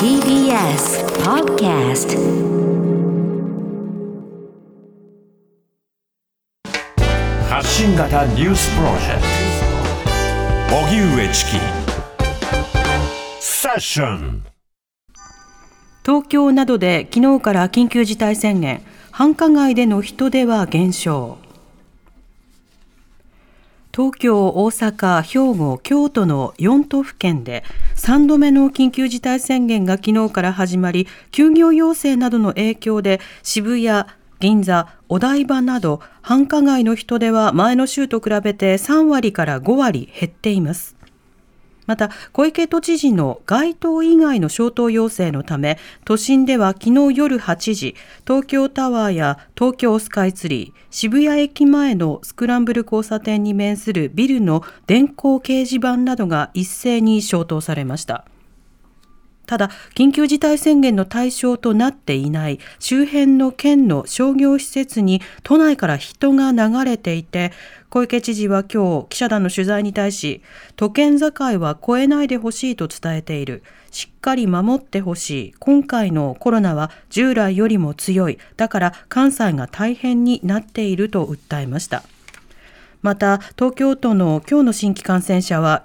TBS Podcast 発信型ニュースプロジェクト荻上チキセッション。 東京などで昨日から緊急事態宣言、繁華街での人出は減少。東京、大阪、兵庫、京都の4都府県で3度目の緊急事態宣言が昨日から始まり、休業要請などの影響で渋谷、銀座、お台場など繁華街の人出は前の週と比べて3割から5割減っています。また小池都知事の街頭以外の消灯要請のため、都心では昨日夜8時、東京タワーや東京スカイツリー、渋谷駅前のスクランブル交差点に面するビルの電光掲示板などが一斉に消灯されました。ただ緊急事態宣言の対象となっていない周辺の県の商業施設に都内から人が流れていて、小池知事は今日記者団の取材に対し、都県境は越えないでほしいと伝えている、しっかり守ってほしい、今回のコロナは従来よりも強い、だから関西が大変になっていると訴えました。また東京都の今日の新規感染者は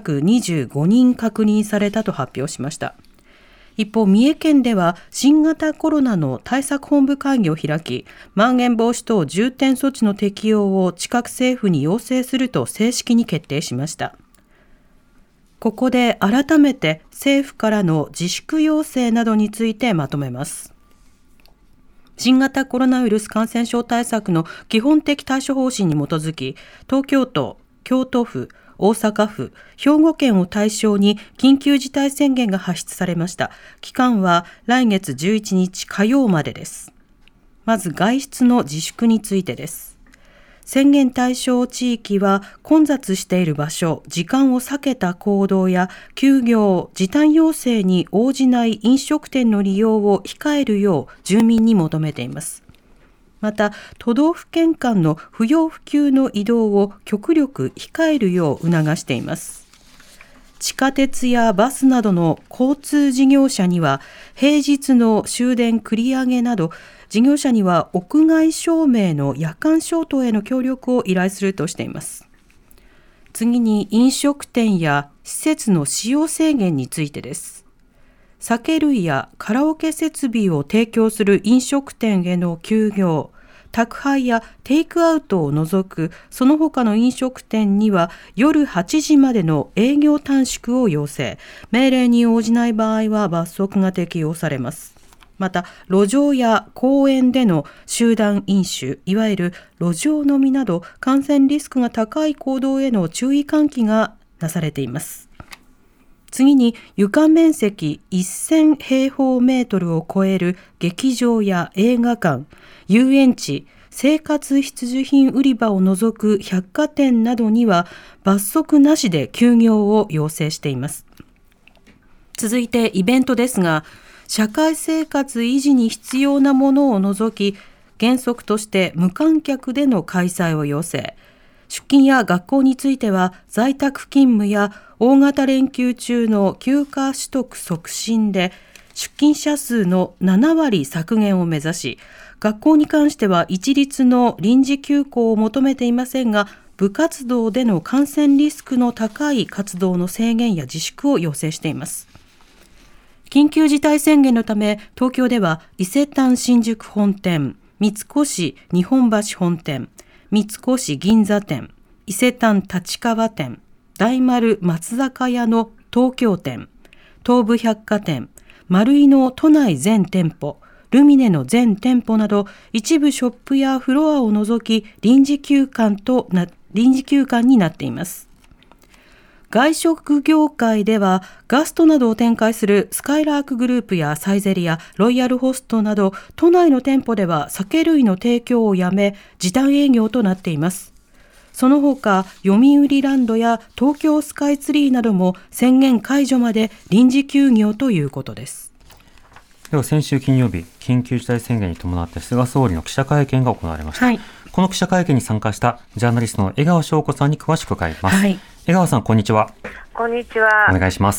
425人確認されたと発表しました。一方、三重県では新型コロナの対策本部会議を開き、まん延防止等重点措置の適用を近く政府に要請すると正式に決定しました。ここで改めて政府からの自粛要請などについてまとめます。新型コロナウイルス感染症対策の基本的対処方針に基づき、東京都、京都府、大阪府、兵庫県を対象に緊急事態宣言が発出されました。期間は来月11日火曜までです。まず外出の自粛についてです。宣言対象地域は混雑している場所、時間を避けた行動や休業、時短要請に応じない飲食店の利用を控えるよう住民に求めています。また都道府県間の不要不急の移動を極力控えるよう促しています。地下鉄やバスなどの交通事業者には平日の終電繰り上げなど、事業者には屋外照明の夜間消灯への協力を依頼するとしています。次に飲食店や施設の使用制限についてです。酒類やカラオケ設備を提供する飲食店への休業、宅配やテイクアウトを除くその他の飲食店には夜8時までの営業短縮を要請、命令に応じない場合は罰則が適用されます。また路上や公園での集団飲酒、いわゆる路上飲みなど感染リスクが高い行動への注意喚起がなされています。次に床面積1000平方メートルを超える劇場や映画館、遊園地、生活必需品売り場を除く百貨店などには罰則なしで休業を要請しています。続いてイベントですが、社会生活維持に必要なものを除き、原則として無観客での開催を要請。出勤や学校については在宅勤務や大型連休中の休暇取得促進で出勤者数の7割削減を目指し、学校に関しては一律の臨時休校を求めていませんが、部活動での感染リスクの高い活動の制限や自粛を要請しています。緊急事態宣言のため、東京では伊勢丹新宿本店、三越日本橋本店、三越銀座店、伊勢丹立川店、大丸松坂屋の東京店、東武百貨店、丸井の都内全店舗、ルミネの全店舗など一部ショップやフロアを除き臨時休館になっています。外食業界ではガストなどを展開するスカイラークグループやサイゼリヤ、ロイヤルホストなど都内の店舗では酒類の提供をやめ時短営業となっています。その他読売ランドや東京スカイツリーなども宣言解除まで臨時休業ということです。 では先週金曜日、緊急事態宣言に伴って菅総理の記者会見が行われました。はい、この記者会見に参加したジャーナリストの江川翔子さんに詳しく伺います。はい、江川さん、こんにちは。 こんにちは。 お願いします。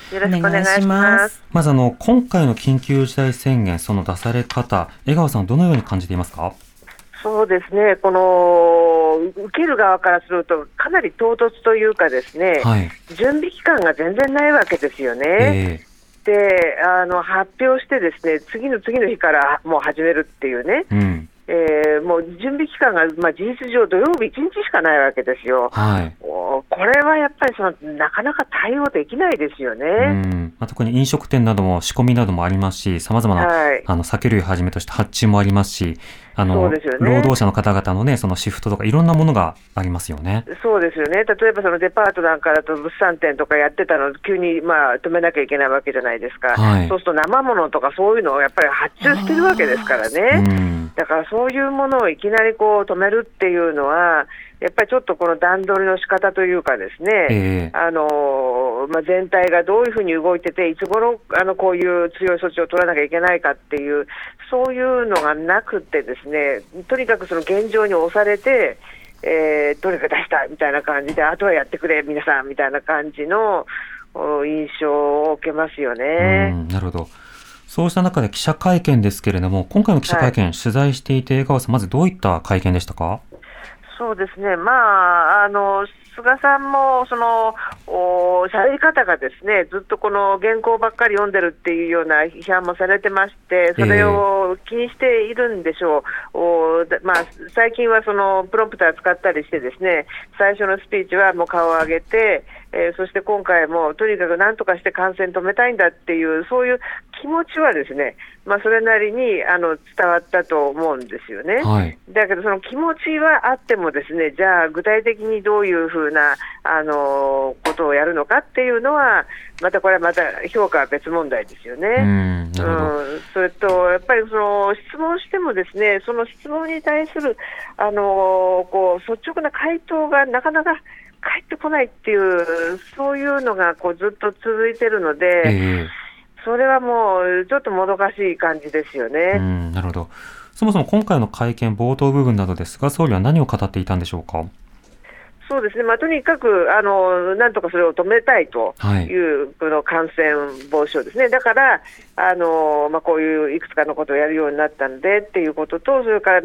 よろしくお願いします。 まず今回の緊急事態宣言、その出され方、江川さんどのように感じていますか？ そうですね、この受ける側からするとかなり唐突というかですね、はい、準備期間が全然ないわけですよね。で発表してですね、次の日からもう始めるっていうね、もう準備期間が、事実上土曜日1日しかないわけですよ。はい、これはやっぱりなかなか対応できないですよね。 特に飲食店なども仕込みなどもありますし、さまざまな、酒類はじめとした発注もありますし、そうですよね、労働者の方々のね、そのシフトとかいろんなものがありますよね。 そうですよね。例えばデパートなんかだと物産展とかやってたのを急に止めなきゃいけないわけじゃないですか。はい、そうすると生物とかそういうのをやっぱり発注してるわけですからね。だからそういうものをいきなり止めるっていうのはやっぱりちょっとこの段取りの仕方というかですね、全体がどういうふうに動いてて、いつ頃こういう強い措置を取らなきゃいけないかっていう、そういうのがなくてですね、とにかくその現状に押されて、どれか出したみたいな感じで、あとはやってくれ皆さんみたいな感じの印象を受けますよね。 なるほど。そうした中で記者会見ですけれども、今回の記者会見、取材していて江川さん、まずどういった会見でしたか？ そうですね、菅さんも喋り方がですね、ずっとこの原稿ばっかり読んでるっていうような批判もされてまして、それを気にしているんでしょう。最近はプロンプター使ったりしてですね、最初のスピーチはもう顔を上げて、そして今回もとにかく何とかして感染止めたいんだっていう、そういう気持ちはですね、それなりに伝わったと思うんですよね。はい、だけどその気持ちはあってもですね、じゃあ具体的にどういうふうなことをやるのかっていうのはこれはまた評価は別問題ですよね。それとやっぱり質問してもですね、その質問に対する率直な回答がなかなか返ってこないっていう、そういうのがずっと続いているので、それはもうちょっともどかしい感じですよね。 なるほど。そもそも今回の会見冒頭部分などで菅総理は何を語っていたんでしょうか？ そうですね、とにかくなんとかそれを止めたいという、この感染防止をですね、だからこういういくつかのことをやるようになったんでっていうことと、それから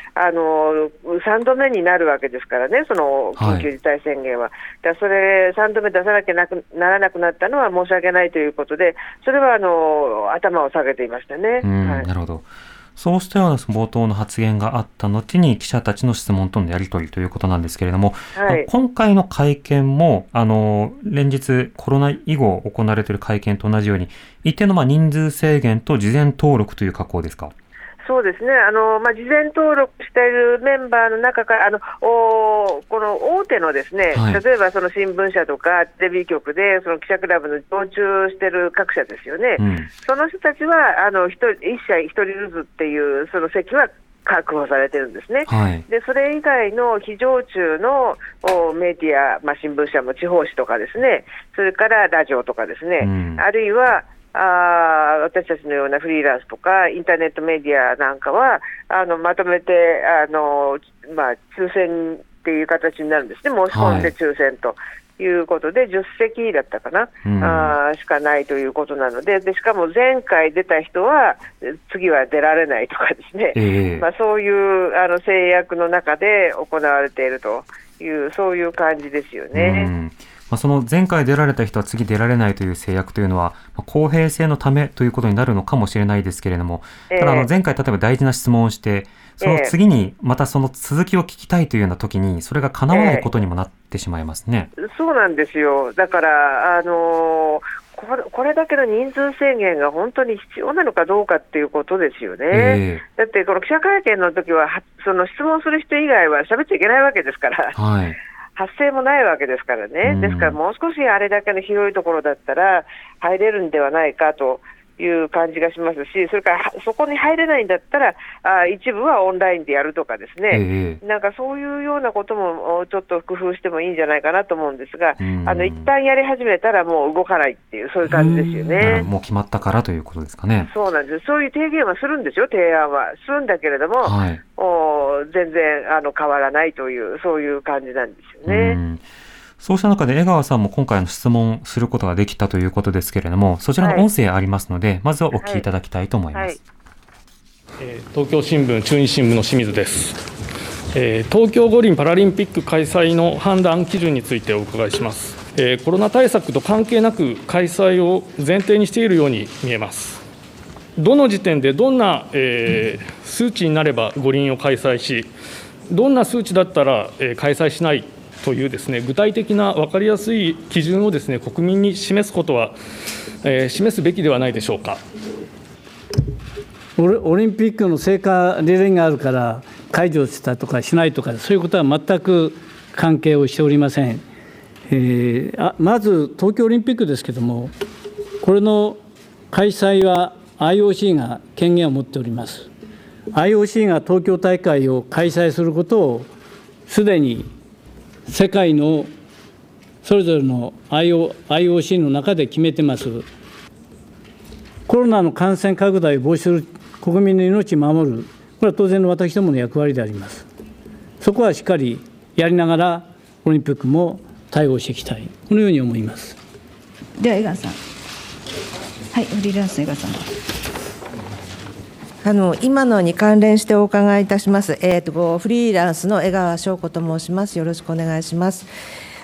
3度目になるわけですからね、その緊急事態宣言は。だからそれ3度目出さなきゃならなくなったのは申し訳ないということで、それは頭を下げていましたね。 なるほど。そうしたような冒頭の発言があった後に記者たちの質問とのやり取りということなんですけれども、今回の会見も連日コロナ以後行われている会見と同じように一定の人数制限と事前登録という格好ですか？ そうですね、事前登録しているメンバーの中からこの大手のですね、例えば新聞社とかテレビ局で記者クラブの常駐している各社ですよね、その人たちは1社1人ずつっていうその席は確保されてるんですね。でそれ以外の非常駐のメディア、新聞社も地方紙とかですね、それからラジオとかですね、あるいは私たちのようなフリーランスとかインターネットメディアなんかはまとめて抽選っていう形になるんですね。申し込んで抽選ということで、10席だったかな、しかないということなので、しかも前回出た人は次は出られないとかですね、そういう制約の中で行われているという、そういう感じですよね。 その前回出られた人は次出られないという制約というのは公平性のためということになるのかもしれないですけれども、ただ前回例えば大事な質問をしてその次にまたその続きを聞きたいというような時にそれが叶わないことにもなってしまいますね。 そうなんですよ。だからこれだけの人数制限が本当に必要なのかどうかっていうことですよね。だってこの記者会見の時はその質問する人以外は喋っちゃいけないわけですから、発声もないわけですからね。ですからもう少しあれだけの広いところだったら入れるんではないかという感じがしますし、それからそこに入れないんだったら一部はオンラインでやるとかですね、なんかそういうようなこともちょっと工夫してもいいんじゃないかなと思うんですが、一旦やり始めたらもう動かないっていう、そういう感じですよね。 もう決まったからということですかね。 そうなんです。そういう提言はするんですよ。提案はするんだけれども、全然変わらないという、そういう感じなんですよね。 そうした中で江川さんも今回の質問することができたということですけれども、そちらの音声ありますので、まずはお聞きいただきたいと思います。 東京新聞中日新聞の清水です。東京五輪パラリンピック開催の判断基準についてお伺いします。コロナ対策と関係なく開催を前提にしているように見えます。どの時点でどんな、数値になれば五輪を開催し、どんな数値だったら、開催しないというですね、具体的な分かりやすい基準をですね、国民に示すことは、示すべきではないでしょうか。 オリンピックの聖火リレーがあるから解除したとかしないとか、そういうことは全く関係をしておりません。まず東京オリンピックですけれども、これの開催は IOC が権限を持っております。IOC が東京大会を開催することをすでに世界のそれぞれの IOC の中で決めてます。コロナの感染拡大を防止する、国民の命を守る、これは当然の私どもの役割であります。そこはしっかりやりながらオリンピックも対応していきたい、このように思います。 では江川さん。はい、フリーランス江川さん。 今のに関連してお伺いいたします。フリーランスの江川翔子と申します。よろしくお願いします。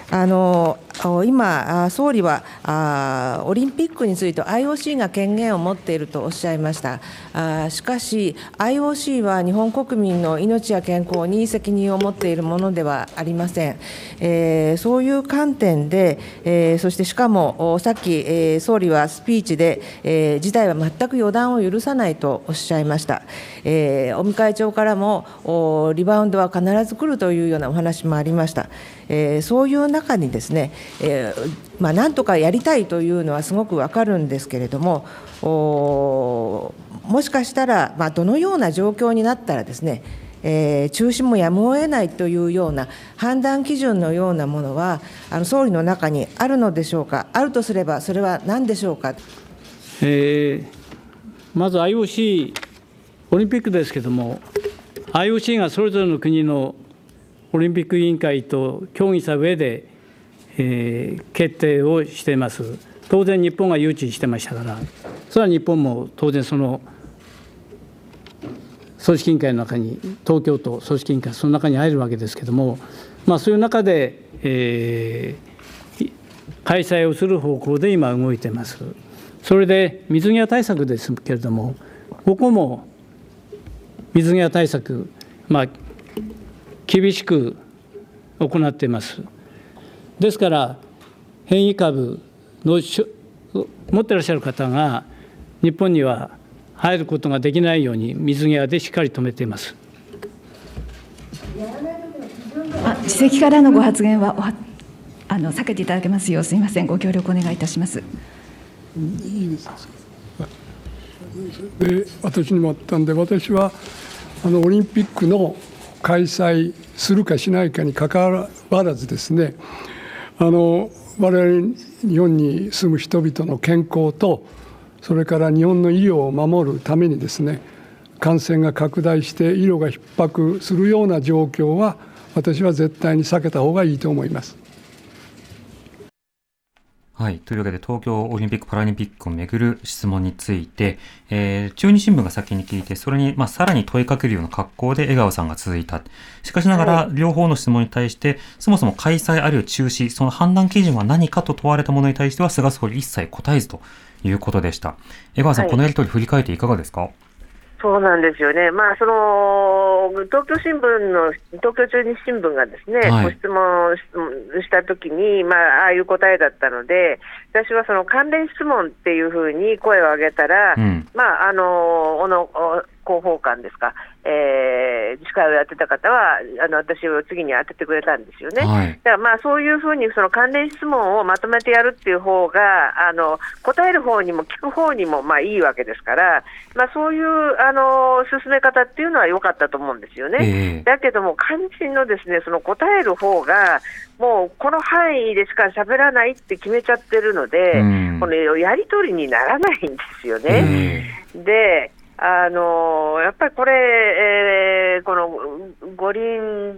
今、総理はオリンピックについて IOC が権限を持っているとおっしゃいました。しかし IOC は日本国民の命や健康に責任を持っているものではありません。そういう観点で、そしてしかもさっき、総理はスピーチで、事態は全く予断を許さないとおっしゃいました。尾身会長からもリバウンドは必ず来るというようなお話もありました。そういう中にですね、なんとかやりたいというのはすごく分かるんですけれども、もしかしたら、どのような状況になったらですね、中止もやむを得ないというような判断基準のようなものは総理の中にあるのでしょうか。あるとすればそれは何でしょうか。 まず IOC オリンピックですけれども、 IOC がそれぞれの国のオリンピック委員会と協議した上で、決定をしています。当然日本が誘致してましたから、それは日本も当然その組織委員会の中に、東京都組織委員会その中に入るわけですけれども、そういう中で、開催をする方向で今動いています。それで水際対策ですけれども、ここも水際対策、厳しく行っています。ですから変異株の持っていらっしゃる方が日本には入ることができないように水際でしっかり止めています。 自席からのご発言は避けていただけますよう、すみません、ご協力お願いいたします。 いいですか。私にもあったんで、私はオリンピックの開催するかしないかにかかわらずですね、我々日本に住む人々の健康と、それから日本の医療を守るためにですね、感染が拡大して医療が逼迫するような状況は私は絶対に避けた方がいいと思います。 はい。というわけで、東京オリンピック・パラリンピックをめぐる質問について、中日新聞が先に聞いて、それに、さらに問いかけるような格好で江川さんが続いた。しかしながら、両方の質問に対して、そもそも開催あるいは中止、その判断基準は何かと問われたものに対しては、菅総理一切答えずということでした。江川さん、このやり取り振り返っていかがですか？ そうなんですよね。東京新聞の東京中日新聞がですね、ご質問したときに、ああいう答えだったので、私はその関連質問っていうふうに声を上げたら、小野広報官ですか、司会をやってた方は私を次に当ててくれたんですよね。だからそういうふうにその関連質問をまとめてやるっていう方が答える方にも聞く方にもいいわけですから、そういう進め方っていうのは良かったと思うんですよね。だけども肝心のですね、その答える方がもうこの範囲でしか喋らないって決めちゃってるので、このやり取りにならないんですよね。でやっぱりこれ、この五輪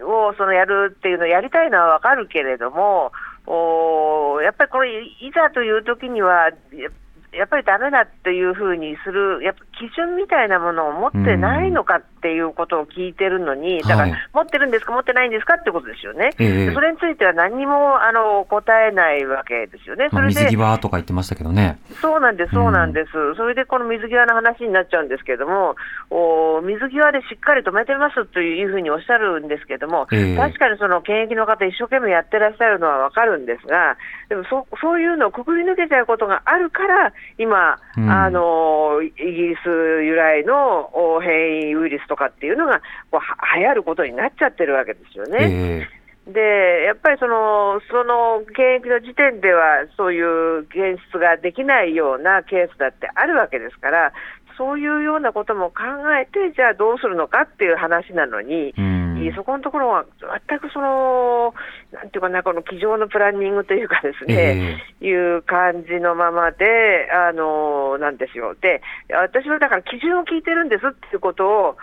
をやるっていうのをやりたいのはわかるけれども、やっぱりこれいざという時にはやっぱりダメだっていうふうにするやっぱ基準みたいなものを持ってないのかっていうことを聞いてるのに、だから持ってるんですか持ってないんですかってことですよね。それについては何にも答えないわけですよね。それで水際とか言ってましたけどね。 そうなんです、そうなんです。それでこの水際の話になっちゃうんですけれども、水際でしっかり止めてますというふうにおっしゃるんですけれども、確かに検疫の方一生懸命やってらっしゃるのはわかるんですが、でもそういうのをくぐり抜けちゃうことがあるから今、イギリス由来の変異ウイルスとかっていうのが流行ることになっちゃってるわけですよね。でやっぱりその検疫の時点ではそういう検出ができないようなケースだってあるわけですから、そういうようなことも考えてじゃあどうするのかっていう話なのに、そこのところは全くなんていうかな、この机上のプランニングというかですね、いう感じのままでなんですよ。で私はだから基準を聞いてるんですっていうことを、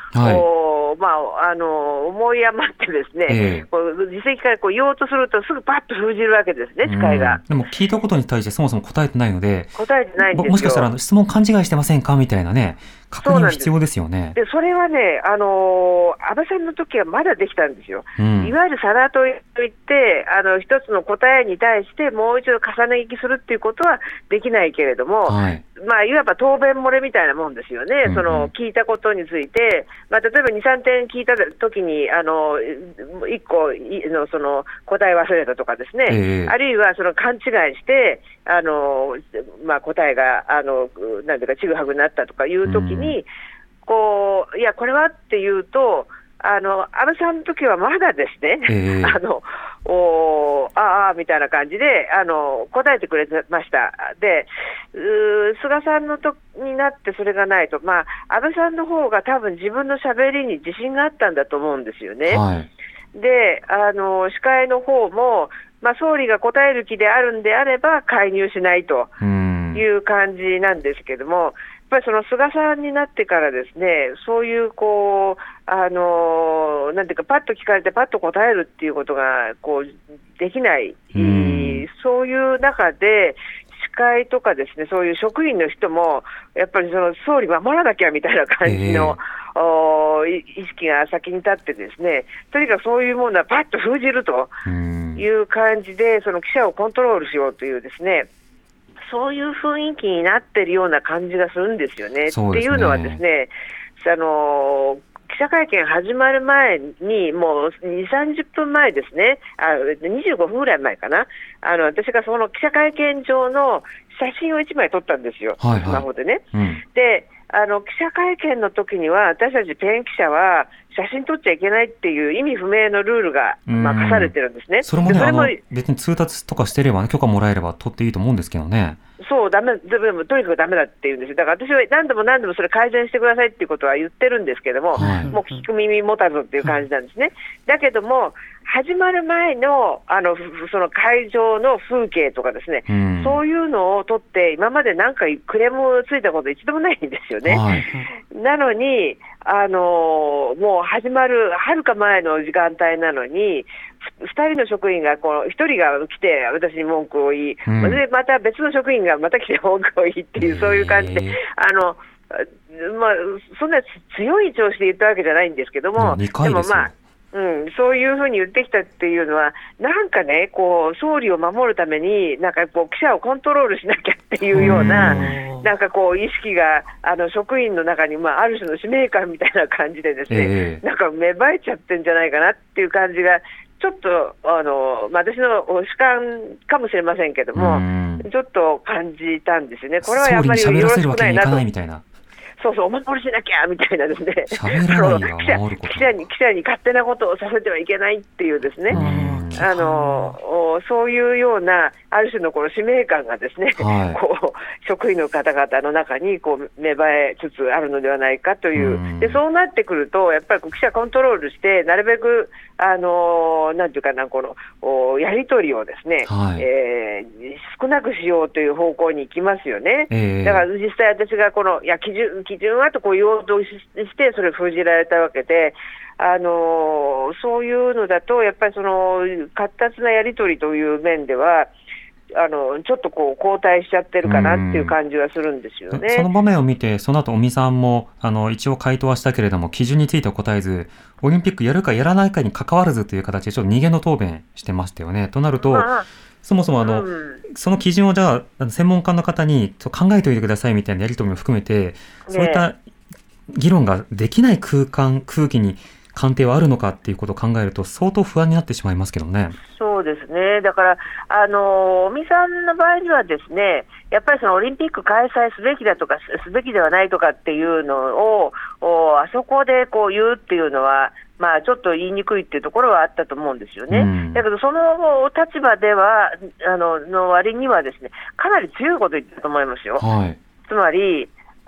思い余ってですね、実績から言おうとするとすぐパッと封じるわけですね、視界が。 でも聞いたことに対してそもそも答えてないので、 答えてないんですよ。 もしかしたら質問勘違いしてませんかみたいなね、確認は必要ですよね。 でそれはね、安倍さんの時はまだできたんですよ。いわゆるサラ問いといって一つの答えに対してもう一度重ね聞きするっていうことはできないけれども、いわば答弁漏れみたいなもんですよね。聞いたことについて、例えば 2,3 点聞いた時に1個の答え忘れたとかですね、あるいは勘違いして答えがなんていうかちぐはぐになったとかいう時に、いやこれはっていうと安倍さんの時はまだですね、みたいな感じで答えてくれてました。で菅さんの時になってそれがないと、安倍さんの方が多分自分のしゃべりに自信があったんだと思うんですよね。で司会の方も、総理が答える気であるんであれば介入しないという感じなんですけども、やっぱり菅さんになってからですね、そういうなんていうかパッと聞かれてパッと答えるっていうことができない、そういう中で司会とかですね、そういう職員の人もやっぱり総理守らなきゃみたいな感じの、意識が先に立ってですね、とにかくそういうものはパッと封じるという感じで記者をコントロールしようというですね、そういう雰囲気になっているような感じがするんですよね。っていうのはですね、記者会見始まる前にもう2、30分前ですね、25分ぐらい前かな、私がその記者会見場の写真を1枚撮ったんですよ、スマホでね。で記者会見の時には私たちペン記者は写真撮っちゃいけないっていう意味不明のルールが課されてるんですね。 それもね、別に通達とかしてれば、許可もらえれば撮っていいと思うんですけどね。 そうでもとにかくダメだっていうんですよ。だから私は何度もそれ改善してくださいっていうことは言ってるんですけども、もう聞く耳持たずっていう感じなんですね。だけども始まる前のその会場の風景とかですね、そういうのを撮って今まで何かクレームついたこと一度もないんですよね。なのにもう始まるはるか前の時間帯なのに2人の職員が1人が来て私に文句を言い、でまた別の職員がまた来て文句を言いっていうそういう感じでそんな強い調子で言ったわけじゃないんですけども、でもそういうふうに言ってきたっていうのはなんかね総理を守るためになんか記者をコントロールしなきゃっていうようななんか意識が職員の中にある種の使命感みたいな感じでですね、なんか芽生えちゃってんじゃないかなっていう感じがちょっと私の主観かもしれませんけどもちょっと感じたんですよね。これはやっぱりよろしくないなと。そうお守りしなきゃみたいなですね、記者に勝手なことをさせてはいけないっていうですね、そういうようなある種のこの使命感がですね、職員の方々の中に芽生えつつあるのではないかという。でそうなってくるとやっぱり記者コントロールしてなるべくなんていうかなやり取りをですね、少なくしようという方向に行きますよね。だから実際私が基準はと言おうとしてそれを封じられたわけで、 そういうのだと、やっぱりその活発なやり取りという面では、ちょっとこう後退しちゃってるかなっていう感じはするんですよね。 その場面を見て、その後尾身さんも一応回答はしたけれども、基準については答えず、オリンピックやるかやらないかに関わらずという形でちょっと逃げの答弁してましたよね。となると、そもそもその基準をじゃあ専門家の方に考えておいてくださいみたいなやり取りも含めて、そういった議論ができない空気に官邸はあるのかっていうことを考えると相当不安になってしまいますけどね。 そうですね。だから尾身さんの場合にはですね、やっぱりそのオリンピック開催すべきだとかすべきではないとかっていうのをあそこでこう言うっていうのは、まあ、ちょっと言いにくいっていうところはあったと思うんですよね。だけどその立場ではの割にはですね、かなり強いこと言ってると思いますよ。つまり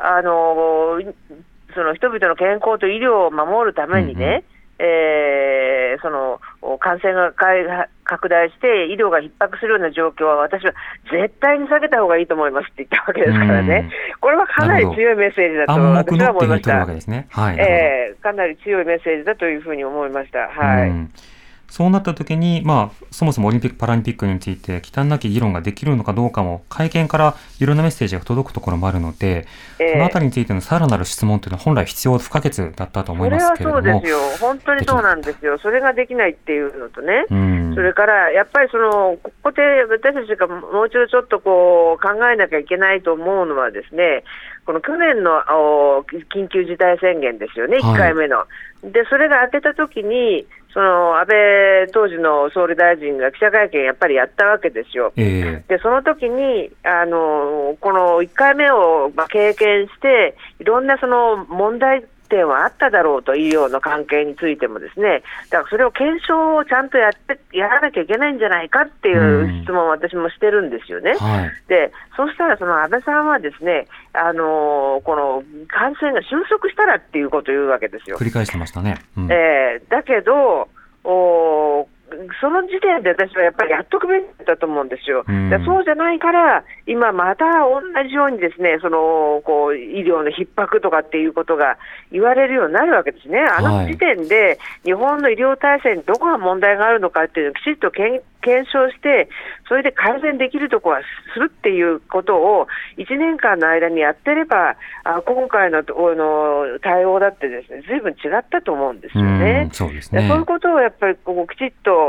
その人々の健康と医療を守るためにね、その感染が拡大して医療が逼迫するような状況は私は絶対に避けた方がいいと思いますって言ったわけですからね。これはかなり強いメッセージだと私は思いました。かなり強いメッセージだというふうに思いました。 そうなったときに、そもそもオリンピック・パラリンピックについて忌憚なき議論ができるのかどうかも、会見からいろんなメッセージが届くところもあるので、そのあたりについてのさらなる質問というのは本来必要不可欠だったと思いますけれども。 それはそうですよ。本当にそうなんですよ。それができないっていうのとね、それからやっぱりここで私たちがもう一度ちょっとこう考えなきゃいけないと思うのはですね、この去年の緊急事態宣言ですよね、1回目の。で、それが明けたときに、安倍当時の総理大臣が記者会見やっぱりやったわけですよ。で、その時にこの1回目を経験して、いろんな問題点はあっただろうと、医療の関係についてもですね、だからそれを検証をちゃんとやらなきゃいけないんじゃないかっていう質問を私もしてるんですよね。で、そうしたら安倍さんはですね、この感染が収束したらっていうことを言うわけですよ。 繰り返してましたね。 だけどその時点で私はやっぱりやっとくべきだと思うんですよ。そうじゃないから今また同じようにですね、医療の逼迫とかっていうことが言われるようになるわけですね。あの時点で日本の医療体制にどこが問題があるのかっていうのをきちっと検証して、それで改善できるところはするっていうことを1年間の間にやってれば、今回の対応だってですね、随分違ったと思うんですよね。そういうことをやっぱりきちっと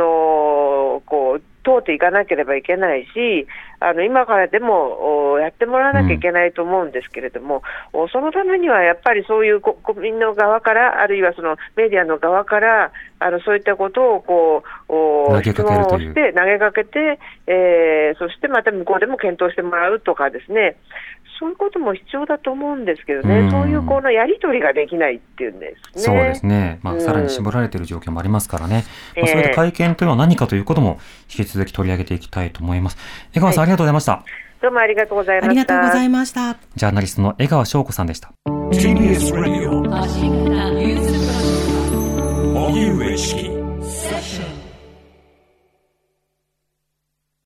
通っていかなければいけないし、今からでもやってもらわなきゃいけないと思うんですけれども、そのためにはやっぱりそういう国民の側から、あるいはメディアの側からそういったことを質問をして投げかけて、そしてまた向こうでも検討してもらうとかですね、そういうことも必要だと思うんですけどね。そういうやり取りができないっていうんですね。 そうですね。さらに絞られている状況もありますからね。そういった会見というのは何かということも引き続き取り上げていきたいと思います。江川さん、ありがとうございました。 どうもありがとうございました。 ありがとうございました。 ジャーナリストの江川翔子さんでした。 TBS Radio 荻上チキ